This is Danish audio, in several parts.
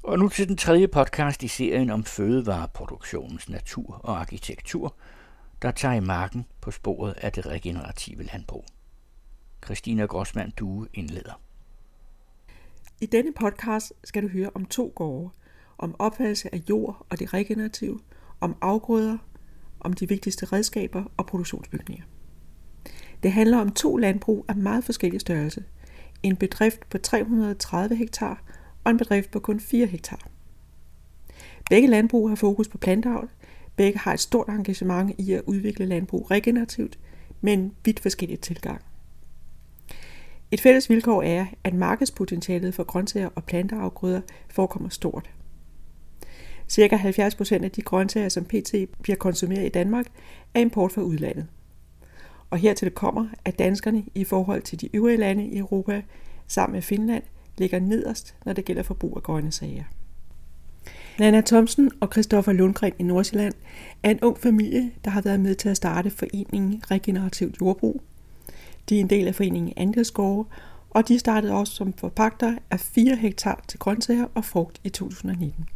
Og nu til den tredje podcast i serien om fødevareproduktionens natur og arkitektur, der tager i marken på sporet af det regenerative landbrug. Christina Grossmann Due indleder. I denne podcast skal du høre om 2 gårde, om opfattelse af jord og det regenerative, om afgrøder, om de vigtigste redskaber og produktionsbygninger. Det handler om 2 landbrug af meget forskellig størrelse. En bedrift på 330 hektar og en bedrift på kun 4 hektar. Begge landbrug har fokus på planteavl. Begge har et stort engagement i at udvikle landbrug regenerativt, med en vidt forskellig tilgang. Et fælles vilkår er, at markedspotentialet for grøntsager og planteafgrøder forekommer stort. Cirka 70% af de grøntsager, som pt. Bliver konsumeret i Danmark, er import fra udlandet. Og hertil kommer, at danskerne i forhold til de øvrige lande i Europa, sammen med Finland, ligger nederst, når det gælder forbrug af grønne sager. Nanna Thomsen og Christoffer Lundgren i Nordsjælland er en ung familie, der har været med til at starte foreningen Regenerativt Jordbrug. De er en del af foreningen Andelsgårde, og de startede også som forpagter af 4 hektar til grøntsager og frugt i 2019.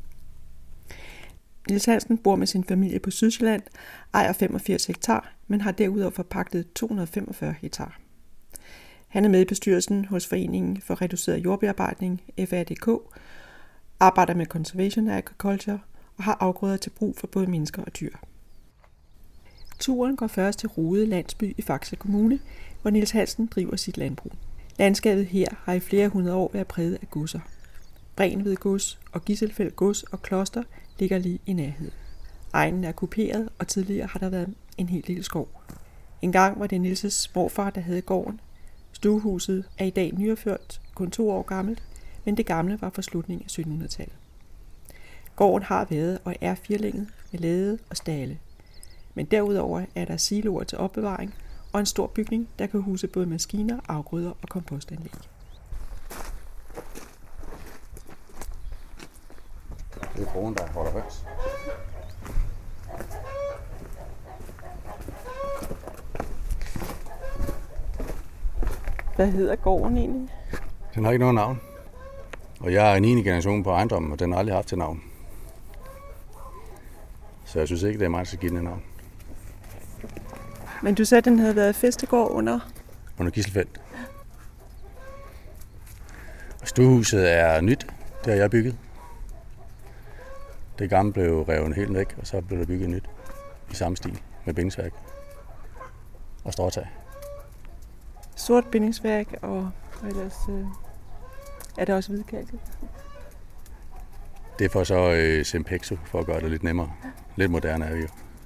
Niels Hansen bor med sin familie på Sydsjælland, ejer 85 hektar, men har derudover forpagtet 245 hektar. Han er med i bestyrelsen hos Foreningen for Reduceret Jordbearbejdning, FADK, arbejder med Conservation Agriculture og har afgrøder til brug for både mennesker og dyr. Turen går først til Rude landsby i Faxe Kommune, hvor Niels Hansen driver sit landbrug. Landskabet her har i flere hundrede år været præget af godser. Brenved gods og Gisselfeld gods og kloster ligger lige i nærheden. Egnen er kuperet, og tidligere har der været en hel del skov. En gang var det Niels' morfar, der havde gården. Stuehuset er i dag nyopført, kun 2 år gammelt, men det gamle var fra slutningen af 1700-tallet. Gården har været og er 4-længet med lade og stalle. Men derudover er der siloer til opbevaring og en stor bygning, der kan huse både maskiner, afgrøder og kompostanlæg. Det er kronen, der holder højt. Hvad hedder gården egentlig? Den har ikke noget navn. Og jeg er 9. generation på ejendommen, og den har aldrig haft til navn. Så jeg synes ikke, det er mig, der skal give den et navn. Men du sagde, at den havde været festegård Under Gisselfeldt. Og stuehuset er nyt. Det har jeg bygget. Det gamle blev revet helt væk, og så blev der bygget nyt i samme stil med bindingsværk og stråtag. Sort bindingsværk, og ellers er der også hvidkalket. Det er for så Simpexo, for at gøre det lidt nemmere. Lidt moderne er vi jo.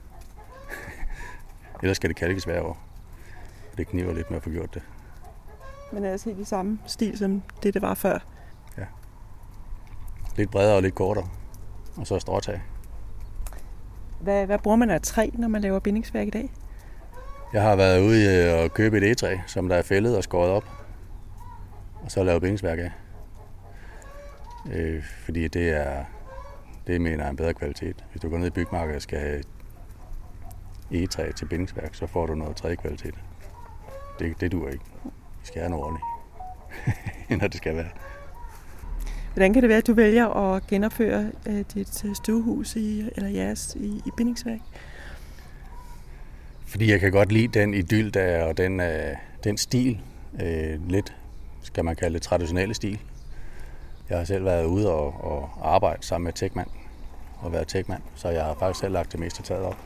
Ellers skal det kalkes hver år. Det kniver lidt med at få gjort det. Men er altså helt i samme stil som det var før? Ja. Lidt bredere og lidt kortere. Og så stråtag. Hvad bruger man af træ, når man laver bindingsværk i dag? Jeg har været ude og købe et egetræ, som der er fældet og skåret op. Og så lave bindingsværk af. Fordi det mener jeg en bedre kvalitet. Hvis du går ned i bygmarkedet og skal have egetræ til bindingsværk, så får du noget tredje kvalitet. Det duer ikke. Vi skal have noget ordentligt, når det skal være. Hvordan kan det være, at du vælger at genopføre dit stuehus eller jeres i bindingsværk? Fordi jeg kan godt lide den idyl, der er, og den stil, lidt, skal man kalde det, traditionelle stil. Jeg har selv været ude og arbejde sammen med Techman, og været Techman, så jeg har faktisk selv lagt det meste taget op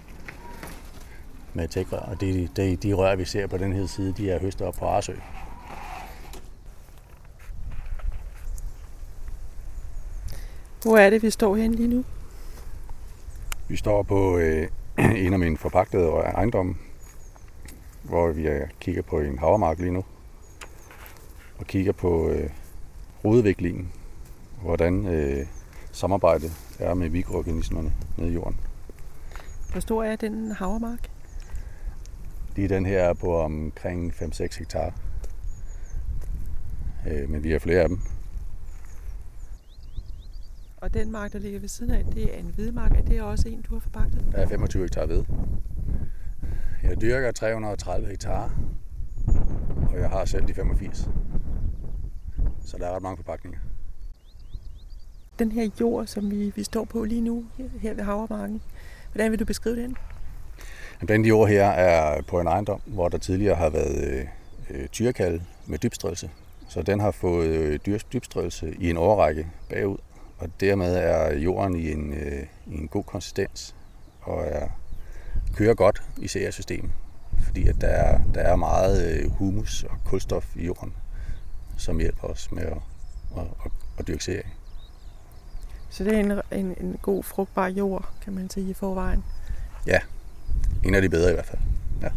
med Techrør. Og de rør, vi ser på den her side, de er høstet op på Arsø. Hvor er det, vi står herinde lige nu? Vi står på en af mine forpagtede ejendomme, hvor vi kigger på en havermark lige nu. Og kigger på rodudviklingen, hvordan samarbejdet er med mikroorganismerne nede i jorden. Hvor stor er den havermark? Lige den her er på omkring 5-6 hektar. Men vi har flere af dem. Og den mark, der ligger ved siden af, det er en hvidmark. Er det også en, du har forpagtet? Der er 25 hektar ved. Jeg dyrker 330 hektar, og jeg har selv de 85. Så der er ret mange forpagtninger. Den her jord, som vi står på lige nu, her ved Havremarken, hvordan vil du beskrive den? Den jord her er på en ejendom, hvor der tidligere har været tyrekalve med dybstrøelse. Så den har fået dybstrøelse i en årrække bagud, og dermed er jorden i en god konsistens og kører godt i CR-systemet, fordi at der er meget humus og kulstof i jorden, som hjælper os med at dyrke CR. Så det er en god, frugtbar jord, kan man sige, i forvejen? Ja, en af de bedre i hvert fald. Ja.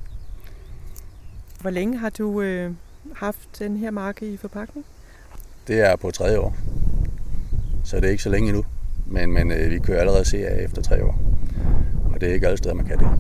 Hvor længe har du haft den her mark i forpagtning? Det er på 3. år, så det er ikke så længe endnu. Men vi kører allerede CA efter 3 år, og det er ikke alle steder, man kan det.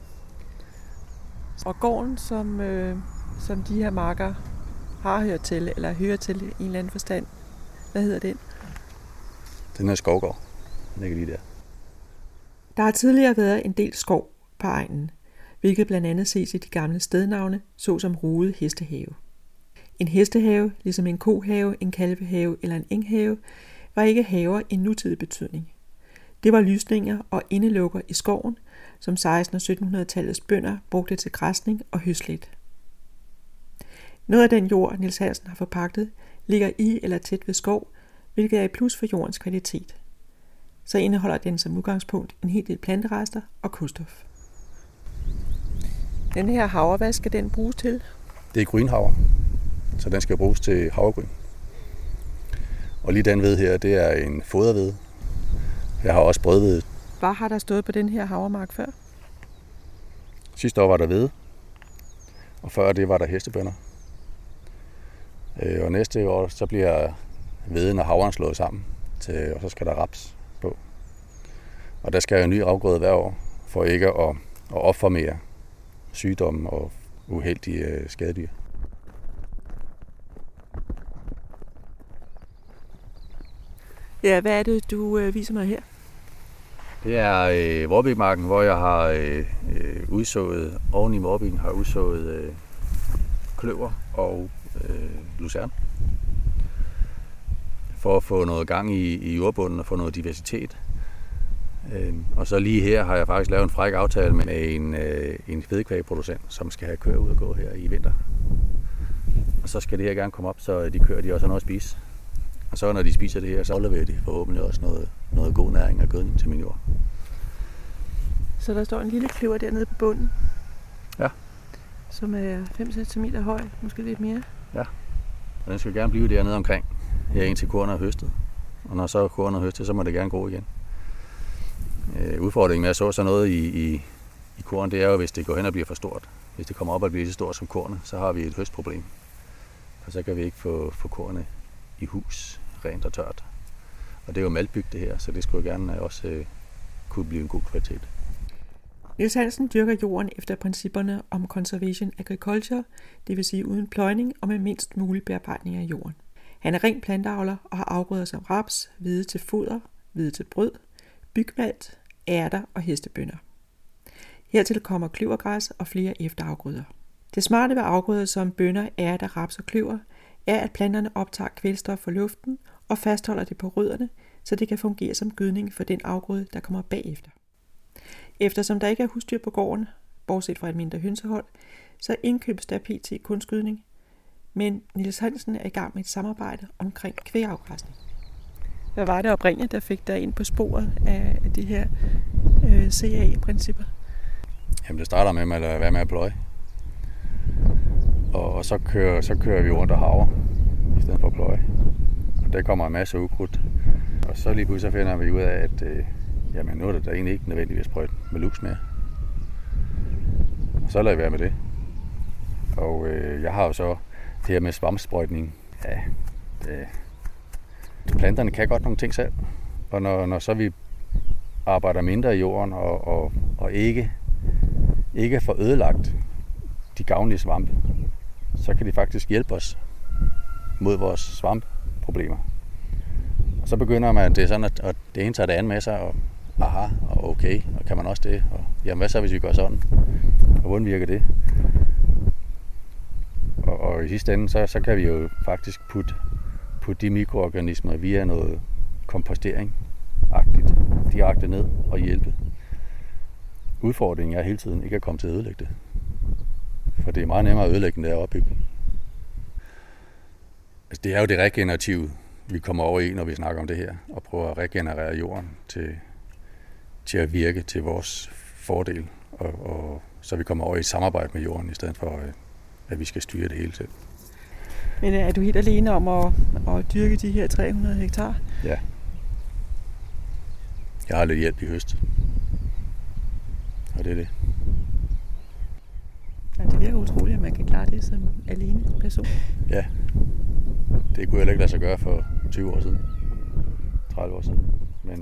Og gården, som de her marker har hørt til, eller hører til i en eller anden forstand, hvad hedder den? Den er Skovgård. Den ligger lige der. Der har tidligere været en del skov på egnen, hvilket blandt andet ses i de gamle stednavne, såsom Rude Hestehave. En hestehave, ligesom en kohave, en kalvehave eller en enghave, var ikke haver i nutidig betydning. Det var lysninger og indelukker i skoven, som 1600- og 1700-tallets bønder brugte til græsning og høslæt. Noget af den jord, Niels Hansen har forpagtet, ligger i eller tæt ved skov, hvilket er et plus for jordens kvalitet. Så indeholder den som udgangspunkt en hel del planterester og kulstof. Den her havre, hvad skal den bruges til? Det er grynhavre, så den skal bruges til havregryn. Og lige den ved her, det er en foderved. Jeg har også brødved. Hvad har der stået på den her havremark før? Sidste år var der hvede, og før det var der hestebønner. Og næste år, så bliver hveden og havren slået sammen, og så skal der raps på. Og der skal jo en ny afgrøde hver år, for ikke at opformere sygdomme og uheldige skadedyr. Ja, hvad er det, du viser mig her? Det er Vorbækmarken, hvor jeg har udsået, oven i Vorbækken har udsået kløver og lucerne. For at få noget gang i jordbunden og få noget diversitet. Og så lige her har jeg faktisk lavet en fræk aftale med en fedekvægproducent, som skal have køer ud og gå her i vinter. Og så skal det her gerne komme op, så de køer de også har noget at spise. Og så når de spiser det her, så leverer de forhåbentlig også noget god næring og gødning til min jord. Så der står en lille kløver dernede på bunden? Ja. Som er 5 cm høj, måske lidt mere? Ja, og den skal gerne blive dernede omkring, her indtil kornet er høstet. Og når så kornet er høstet, så må det gerne gro igen. Udfordringen med at så sådan noget i korn, det er jo, hvis det går hen og bliver for stort. Hvis det kommer op og bliver så stort som kornet, så har vi et høstproblem. For så kan vi ikke få kornet i hus, rent og tørt. Og det er jo maltbygget det her, så det skulle gerne også kunne blive en god kvalitet. Niels Hansen dyrker jorden efter principperne om conservation agriculture, det vil sige uden pløjning og med mindst mulig bearbejdning af jorden. Han er ren planteavler og har afgrøder som raps, hvede til foder, hvede til brød, bygmalt, ærter og hestebønner. Hertil kommer kløvergræs og flere efterafgrøder. Det smarte ved afgrøder som bønner, ærter, raps og kløver er, at planterne optager kvælstof fra luften og fastholder det på rødderne, så det kan fungere som gødning for den afgrøde, der kommer bagefter. Eftersom der ikke er husdyr på gården, bortset fra et mindre hønsehold, så indkøbes der pt. Kunstgødning, men Niels Hansen er i gang med et samarbejde omkring kvægafgræsning. Hvad var det oprindeligt, der fik dig ind på sporet af de her CA-principper? Jamen det starter med at lade være med at pløje. Og så kører vi rundt og havre, i stedet for at pløje. Og der kommer en masse ukrudt. Og så lige pludselig finder vi ud af, at jamen, nu er det da egentlig ikke nødvendigt at sprøjte med lux mere. Og så lader vi være med det. Og jeg har jo så det her med svampsprøjtning. Ja, planterne kan godt nogle ting selv. Og når så vi arbejder mindre i jorden og ikke får ødelagt de gavnlige svampe, så kan de faktisk hjælpe os mod vores svampproblemer. Og så begynder man, det er sådan, at det ene tager det andet med sig, og aha, og okay, og kan man også det, og jamen hvad så, hvis vi gør sådan? Og hvordan virker det? Og i sidste ende, så kan vi jo faktisk putte de mikroorganismer via noget kompostering-agtigt direkte ned og hjælpe. Udfordringen er hele tiden ikke at komme til at ødelægge det. For det er meget nemmere at ødelægge, end det er at opbygge. Altså, det er jo det regenerative, vi kommer over i, når vi snakker om det her, og prøver at regenerere jorden til at virke til vores fordel, og så vi kommer over i et samarbejde med jorden, i stedet for, at vi skal styre det hele selv. Men er du helt alene om at dyrke de her 300 hektar? Ja. Jeg har lidt hjælp i høst. Og det er det. Ja, det virker utroligt, at man kan klare det som alene person. Ja. Det kunne jeg ikke lade sig gøre for 20 år siden. 30 år siden. Men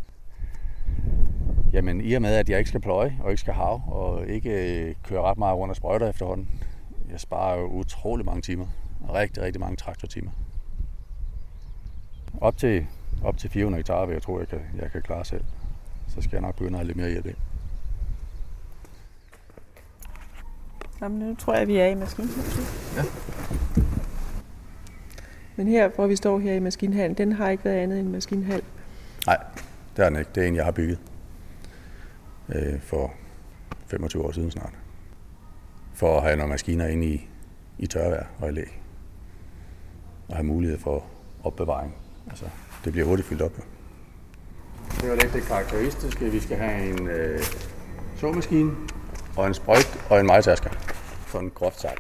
jamen, i og med, at jeg ikke skal pløje og ikke skal harve og ikke køre ret meget rundt og sprøjter efterhånden, jeg sparer jo utrolig mange timer. Rigtig, rigtig mange traktortimer. Op til 400 hektar vil jeg tro, jeg kan klare selv. Så skal jeg nok begynde at have lidt mere hjælp ind. Jamen, nu tror jeg, vi er i maskinhuset. Ja. Men her, hvor vi står her i maskinhallen, den har ikke været andet end en maskinhal. Nej, det er den ikke. Det er en, jeg har bygget for 25 år siden snart. For at have nogle maskiner inde i tørvejr og i læg. Og have mulighed for opbevaring. Altså, det bliver hurtigt fyldt op. Det var lidt det karakteristiske. Vi skal have en såmaskine og en sprøjt og en majtasker. Sådan groft sagt.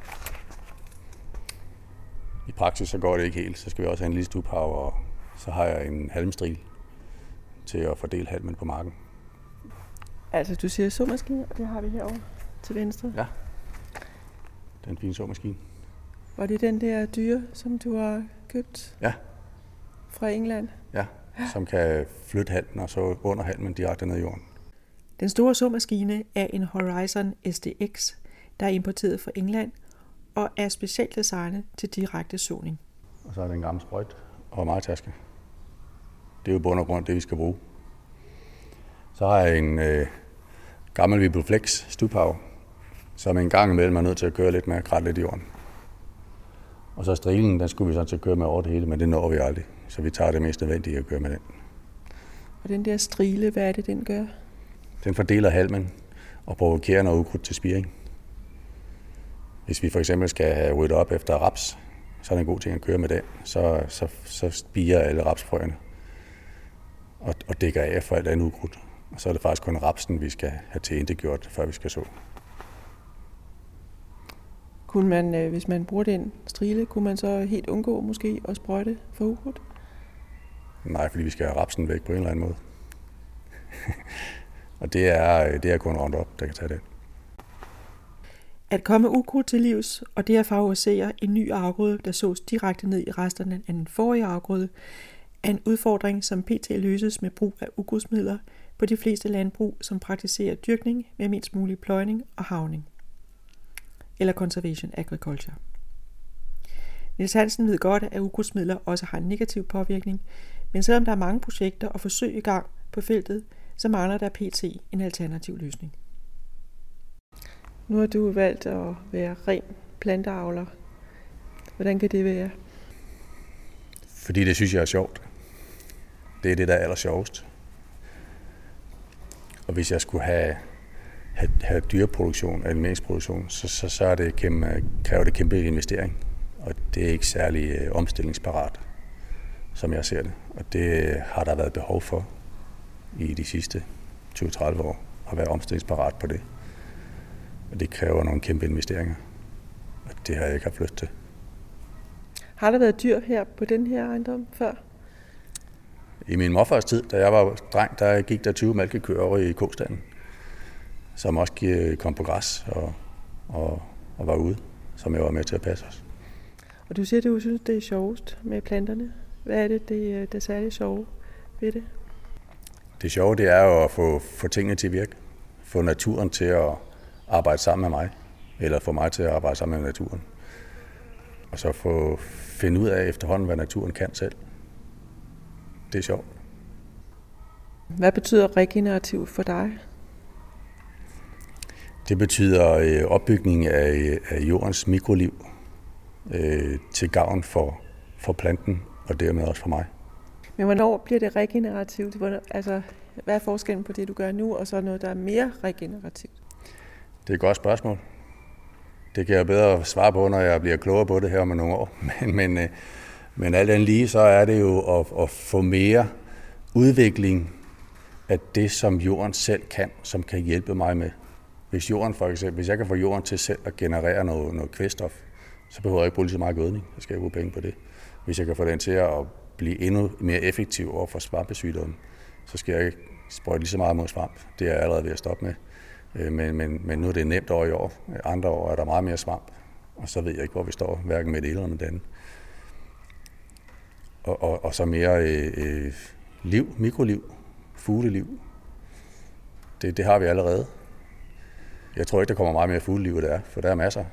I praksis så går det ikke helt. Så skal vi også have en lille stubhav, og så har jeg en halmstril til at fordele halmen på marken. Altså, du siger såmaskine, og det har vi herovre til venstre. Ja, det er en fin såmaskine. Var det den der dyre, som du har købt? Ja. Fra England? Ja, som kan flytte halmen og så under halmen direkte ned i jorden. Den store såmaskine er en Horizon SDX, der er importeret fra England og er specielt designet til direkte såning. Og så er det en gammel sprøjt og majtaske. Det er jo bund og grund det, vi skal bruge. Så har jeg en gammel Viboflex stubhav, som en gang imellem er nødt til at køre lidt med at kratte lidt i jorden. Og så strilen, den skulle vi sådan til at køre med over det hele, men det når vi aldrig. Så vi tager det mest nødvendige at køre med den. Og den der strile, hvad er det, den gør? Den fordeler halmen og provokerer noget ukrudt til spiring. Hvis vi for eksempel skal have ryddet op efter raps, så er det en god ting at køre med den. Så spirer alle rapsfrøene og dækker af for alt andet ukrudt. Og så er det faktisk kun rapsen, vi skal have tilintetgjort, før vi skal så. Kunne man, hvis man bruger den strile, kunne man så helt undgå måske at sprøjte for ukrudt? Nej, fordi vi skal have rapsen væk på en eller anden måde. Og det er kun Roundup, der kan tage det. At komme ukrudt til livs, og det at favorisere en ny afgrøde, der sås direkte ned i resterne af den forrige afgrøde, er en udfordring, som pt. Løses med brug af ukrudtsmidler på de fleste landbrug, som praktiserer dyrkning med mindst mulig pløjning og harvning. Eller conservation agriculture. Niels Hansen ved godt, at ukrudtsmidler også har en negativ påvirkning, men selvom der er mange projekter og forsøg i gang på feltet, så mangler der pt. En alternativ løsning. Nu har du valgt at være ren planteavler. Hvordan kan det være? Fordi det synes jeg er sjovt. Det er det, der er allersjovest. Og hvis jeg skulle have dyreproduktion, animeringsproduktion, så er det kræver det kæmpe investering. Og det er ikke særlig omstillingsparat, som jeg ser det. Og det har der været behov for i de sidste 20-30 år, at være omstillingsparat på det. Og det kræver nogle kæmpe investeringer. Og det har jeg ikke haft lyst til. Har der været dyr her på den her ejendom før? I min morfars tid, da jeg var dreng, der gik der 20 mælkekøer over i kostanden, som også kom på græs og var ude, som jeg var med til at passe os. Og du siger, at du synes, det er sjovest med planterne. Hvad er det er særligt sjove ved det? Det sjove, det er jo at få tingene til at virke. Få naturen til at arbejde sammen med mig, eller få mig til at arbejde sammen med naturen. Og så finde ud af efterhånden, hvad naturen kan selv. Det er sjovt. Hvad betyder regenerativ for dig? Det betyder opbygning af jordens mikroliv til gavn for planten, og dermed også for mig. Men hvornår bliver det regenerativt? Altså, hvad er forskellen på det, du gør nu, og så noget, der er mere regenerativt? Det er et godt spørgsmål. Det kan jeg bedre svare på, når jeg bliver klogere på det her om nogle år. Men alt andet lige, så er det jo at få mere udvikling af det, som jorden selv kan, som kan hjælpe mig med. Hvis jeg kan få jorden til selv at generere noget kvælstof, så behøver jeg ikke bruge lige så meget gødning. Så skal jeg bruge penge på det. Hvis jeg kan få den til at blive endnu mere effektiv over for svampesygdomme, så skal jeg ikke sprøjte lige så meget mod svamp. Det er jeg allerede ved at stoppe med. Men nu er det nemt over i år. Andre år er der meget mere svamp, og så ved jeg ikke, hvor vi står, hverken med det ene eller med det andet. Og så mere mikroliv, fugleliv. Det har vi allerede. Jeg tror ikke, der kommer meget mere fugleliv, det er, for der er masser.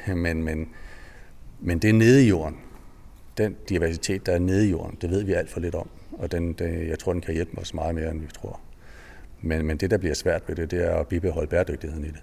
Men det er nede i jorden. Den diversitet, der er nede i jorden, det ved vi alt for lidt om. Og jeg tror, den kan hjælpe os meget mere, end vi tror. Men det, der bliver svært ved det, er at bibeholde bæredygtigheden i det.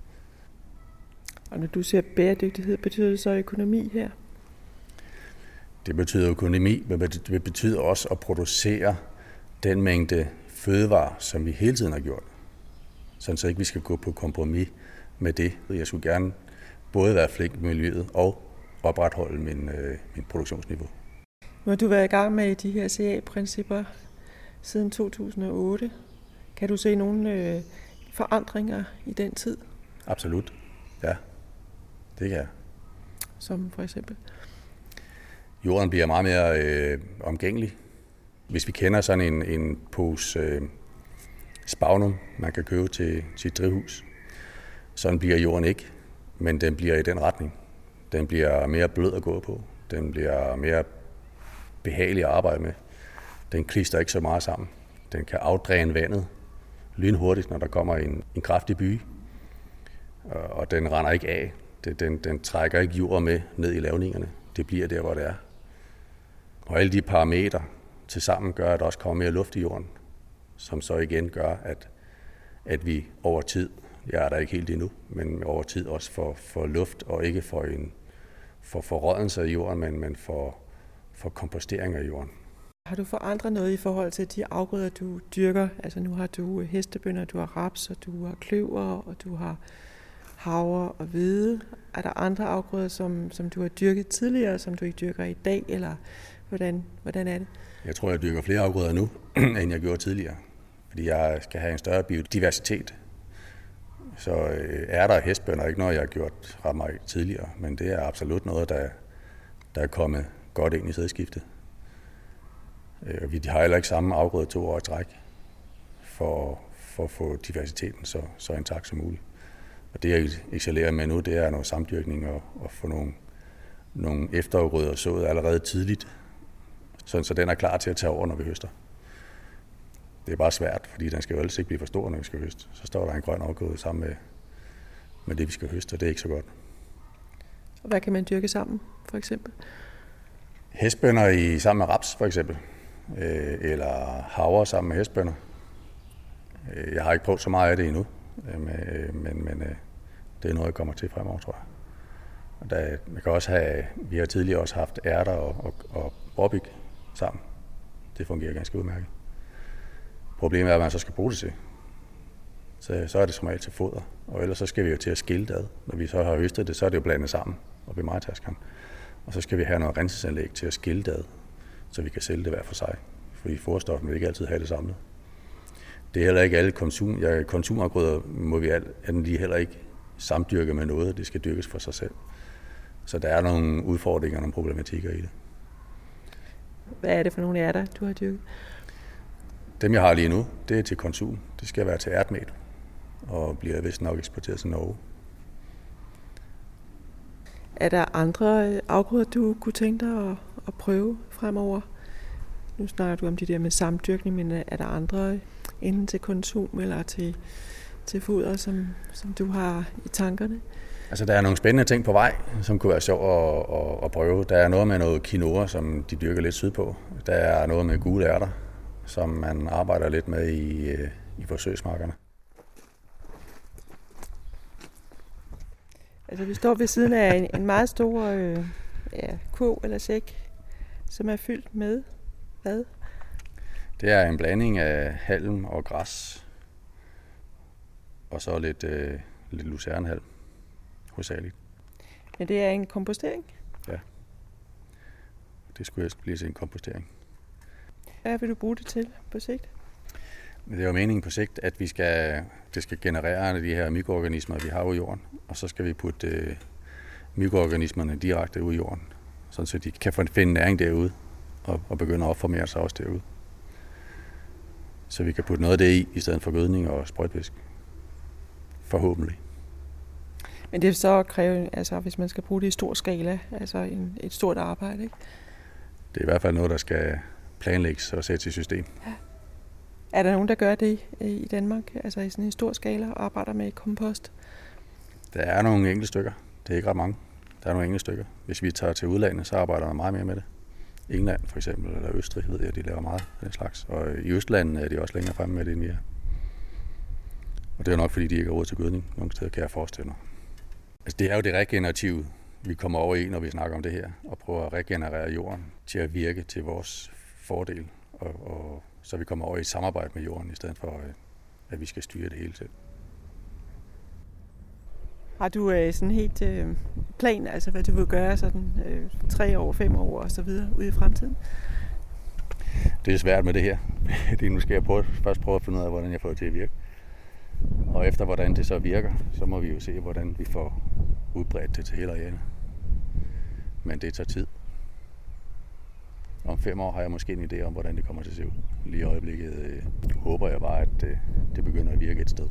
Og når du siger bæredygtighed, betyder det så økonomi her? Det betyder økonomi, men det betyder også at producere den mængde fødevarer, som vi hele tiden har gjort. Sådan så ikke vi skal gå på kompromis med det. Jeg skulle gerne både være flink med miljøet og opretholde min produktionsniveau. Nu har du været i gang med de her CA-principper siden 2008. Kan du se nogle forandringer i den tid? Absolut, ja. Det kan jeg. Som for eksempel? Jorden bliver meget mere omgængelig. Hvis vi kender sådan en pose spagnum, man kan købe til sit drivhus, sådan bliver jorden ikke, men den bliver i den retning. Den bliver mere blød at gå på. Den bliver mere behagelig at arbejde med. Den klister ikke så meget sammen. Den kan afdræne vandet lynhurtigt, når der kommer en kraftig byge. Og den render ikke af. Den trækker ikke jord med ned i lavningerne. Det bliver der, hvor det er. Og alle de parametre til sammen gør, at der også kommer mere luft i jorden, som så igen gør, at vi over tid, jeg er der ikke helt endnu, men over tid også får luft, og ikke for forrådnelse af jorden, men for kompostering af jorden. Har du forandret noget i forhold til de afgrøder, du dyrker? Altså nu har du hestebønner, du har raps, og du har kløver, og du har havre og hvede. Er der andre afgrøder, som du har dyrket tidligere, som du ikke dyrker i dag, eller hvordan er det? Jeg tror, jeg dyrker flere afgrøder nu, end jeg gjorde tidligere, fordi jeg skal have en større biodiversitet. Så er der hestebønner ikke noget, jeg har gjort ret meget tidligere, men det er absolut noget, der er kommet godt ind i sædskiftet. Vi har heller ikke samme afgrøde 2 år i træk for at få diversiteten så intakt som muligt. Og det, jeg excellerer med nu, det er noget samdyrkning og få nogle efterafgrøder sået allerede tidligt, så den er klar til at tage over, når vi høster. Det er bare svært, fordi den skal jo ellers ikke blive for stor, når vi skal høste. Så står der en grøn afgrøde sammen med det, vi skal høste, og det er ikke så godt. Og hvad kan man dyrke sammen, for eksempel? Hestbønner sammen med raps, for eksempel. Eller havre sammen med hestbønner. Jeg har ikke prøvet så meget af det endnu, men det er noget, jeg kommer til fremover, tror jeg. Man kan også vi har tidligere også haft ærter og råbyg sammen. Det fungerer ganske udmærket. Problemet er, at man så skal bruge det til. Så er det som regel til foder, og ellers så skal vi jo til at skille det ad. Når vi så har høstet det, så er det jo blandet sammen oppe i majtaskeren. Og så skal vi have noget rensesanlæg til at skille det ad, så vi kan sælge det hver for sig. Fordi forstoffen vil ikke altid have det samlet. Det er heller ikke alle konsumafgrøder, må vi lige heller ikke samdyrke med noget. Det skal dyrkes for sig selv. Så der er nogle udfordringer og nogle problematikker i det. Hvad er det for nogle ærter, du har dyrket? Dem, jeg har lige nu, det er til konsum. Det skal være til ærtmel og bliver vist nok eksporteret til Norge. Er der andre afgrøder, du kunne tænke dig at prøve fremover? Nu snakker du om de der med samdyrkning, men er der andre enten til konsum eller til foder, som du har i tankerne? Altså, der er nogle spændende ting på vej, som kunne være sjov at prøve. Der er noget med noget quinoa, som de dyrker lidt sydpå. Der er noget med gule ærter, som man arbejder lidt med i forsøgsmarkerne. Altså, vi står ved siden af en meget stor kurv eller sæk, som er fyldt med hvad? Det er en blanding af halm og græs, og så lidt lucernhalm, hovedsageligt. Men det er en kompostering? Ja, det skulle helst blive til en kompostering. Hvad vil du bruge det til på sigt? Det er jo meningen på sigt, at det skal generere de her mikroorganismer, vi har ude i jorden, og så skal vi putte mikroorganismerne direkte ud i jorden, så de kan finde næring derude og begynde at opformere sig også derude. Så vi kan putte noget af det i stedet for gødning og sprøjtvæsk. Forhåbentlig. Men det vil så kræve, altså hvis man skal bruge det i stor skala, altså et stort arbejde, ikke? Det er i hvert fald noget, der skal planlægges og sættes i system. Ja. Er der nogen, der gør det i Danmark, altså i sådan en stor skala og arbejder med kompost? Der er nogle enkelte stykker. Det er ikke ret mange. Der er nogle enkelte stykker. Hvis vi tager til udlandet, så arbejder man meget mere med det. England for eksempel, eller Østrig, ved jeg, de laver meget af den slags. Og i Østlandet er de også længere fremme med det end vi er. Og det er nok, fordi de ikke har råd til gødning. Nogle steder kan jeg forestille mig. Altså, det er jo det regenerative, vi kommer over i, når vi snakker om det her. Og prøver at regenerere jorden til at virke til vores fordel. Og så vi kommer over i et samarbejde med jorden, i stedet for, at vi skal styre det hele selv. Har du sådan helt plan, altså hvad du vil gøre sådan 3 år, 5 år og så videre ude i fremtiden? Det er svært med det her. Nu skal jeg først prøve at finde ud af, hvordan jeg får det til at virke. Og efter hvordan det så virker, så må vi jo se, hvordan vi får udbredt det til hele arealet. Men det tager tid. Om 5 år har jeg måske en idé om, hvordan det kommer til at se ud. Lige i øjeblikket håber jeg bare, at det begynder at virke et sted.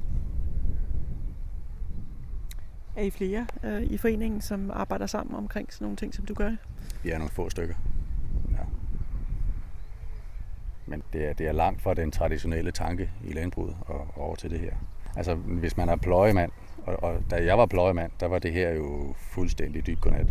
Er I flere i foreningen, som arbejder sammen omkring sådan nogle ting, som du gør? Vi er nogle få stykker. Ja. Men det er langt fra den traditionelle tanke i landbruget og over til det her. Altså, hvis man er pløjemand, og da jeg var pløjemand, der var det her jo fuldstændig dybt godnat.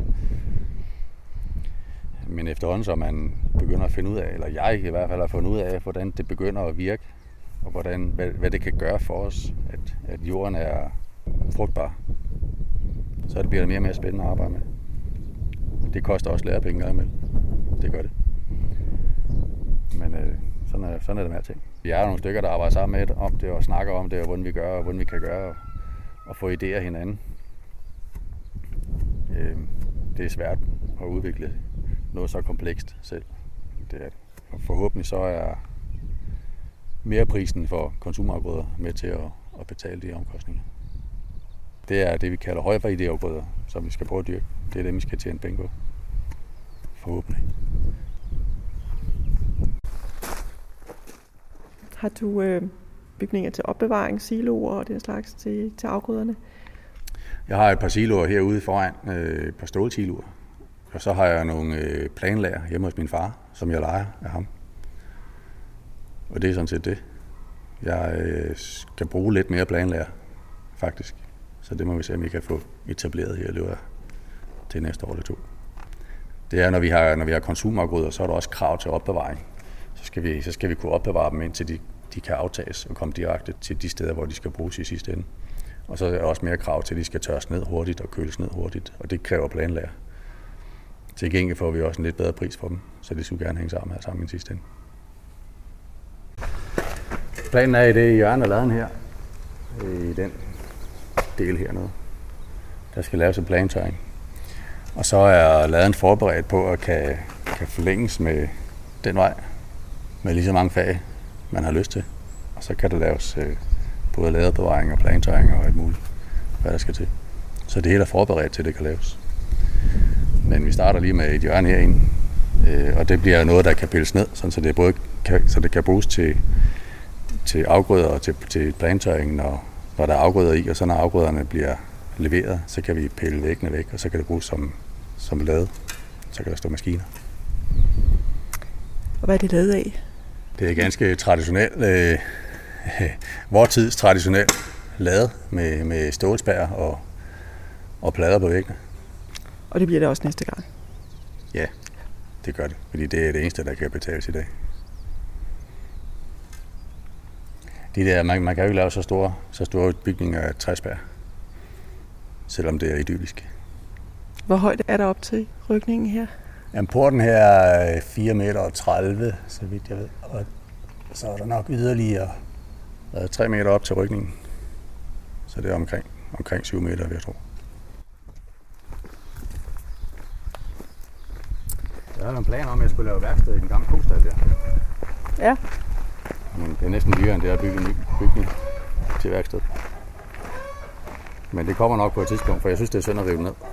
Men efterhånden, så man begynder at finde ud af, eller jeg i hvert fald har fundet ud af, hvordan det begynder at virke, og hvad det kan gøre for os, at jorden er frugtbar, så bliver det mere og mere spændende at arbejde med. Det koster også lærepenge imellem. Det gør det. Men sådan er det med alting. Vi er nogle stykker, der arbejder sammen med om det, og snakker om det, og hvordan vi gør, og hvordan vi kan gøre, og få idéer hinanden. Det er svært at udvikle noget så komplekst selv. Det er det. Og forhåbentlig så er mere prisen for konsumafgrøder med til at betale de omkostninger. Det er det, vi kalder højværdiafgrøder, som vi skal prøve at dyrke. Det er det, vi skal tjene penge på. Forhåbentlig. Har du bygninger til opbevaring, siloer og den slags til afgrøderne? Jeg har et par siloer herude foran, et par stålsiloer. Og så har jeg nogle planlager hjemme hos min far, som jeg lejer af ham. Og det er sådan set det. Jeg skal bruge lidt mere planlager, faktisk. Så det må vi se, om vi kan få etableret her i løbet til næste år eller 2. Det er, når vi har konsumafgrøder, så er der også krav til opbevaring. Så skal vi kunne opbevare dem, indtil de kan aftages og komme direkte til de steder, hvor de skal bruges i sidste ende. Og så er der også mere krav til, at de skal tørres ned hurtigt og køles ned hurtigt, og det kræver planlager. Til gengæld får vi også en lidt bedre pris for dem, så det skulle gerne hænge sammen i sidste ende. Planen er i det hjørne af laden her, i den del hernede. Der skal laves en plantørring. Og så er laden forberedt på at kan forlænges med den vej, med lige så mange fag, man har lyst til. Og så kan der laves både ladebevaring og plantørring og alt muligt, hvad der skal til. Så det hele er forberedt til, det kan laves. Men vi starter lige med et hjørne herinde, og det bliver noget, der kan pilles ned, så det både så det kan bruges til afgrøder og til plantørringen, når der er afgrøder i, og så når afgrøderne bliver leveret, så kan vi pille væggene væk, og så kan det bruges som lade. Så kan der stå maskiner. Og hvad er det lavet af? Det er ganske traditionelt, vor tids traditionelt lade med stålspær og plader på væggene. Og det bliver det også næste gang? Ja, det gør det, fordi det er det eneste, der kan betales i dag. Man kan jo ikke lave så store bygninger af træspær, selvom det er idyllisk. Hvor højt er der op til rykningen her? Jamen, porten her er 4,30 meter, så vidt jeg ved. Så er der nok yderligere 3 meter op til rykningen. Så det er omkring 7 meter, vil jeg tro. Jeg havde en plan om, at jeg skulle lave værksted i den gamle kostal der. Ja. Men det er næsten dyrere, end det er at bygge en ny bygning til værksted. Men det kommer nok på et tidspunkt, for jeg synes, det er synd at rive ned.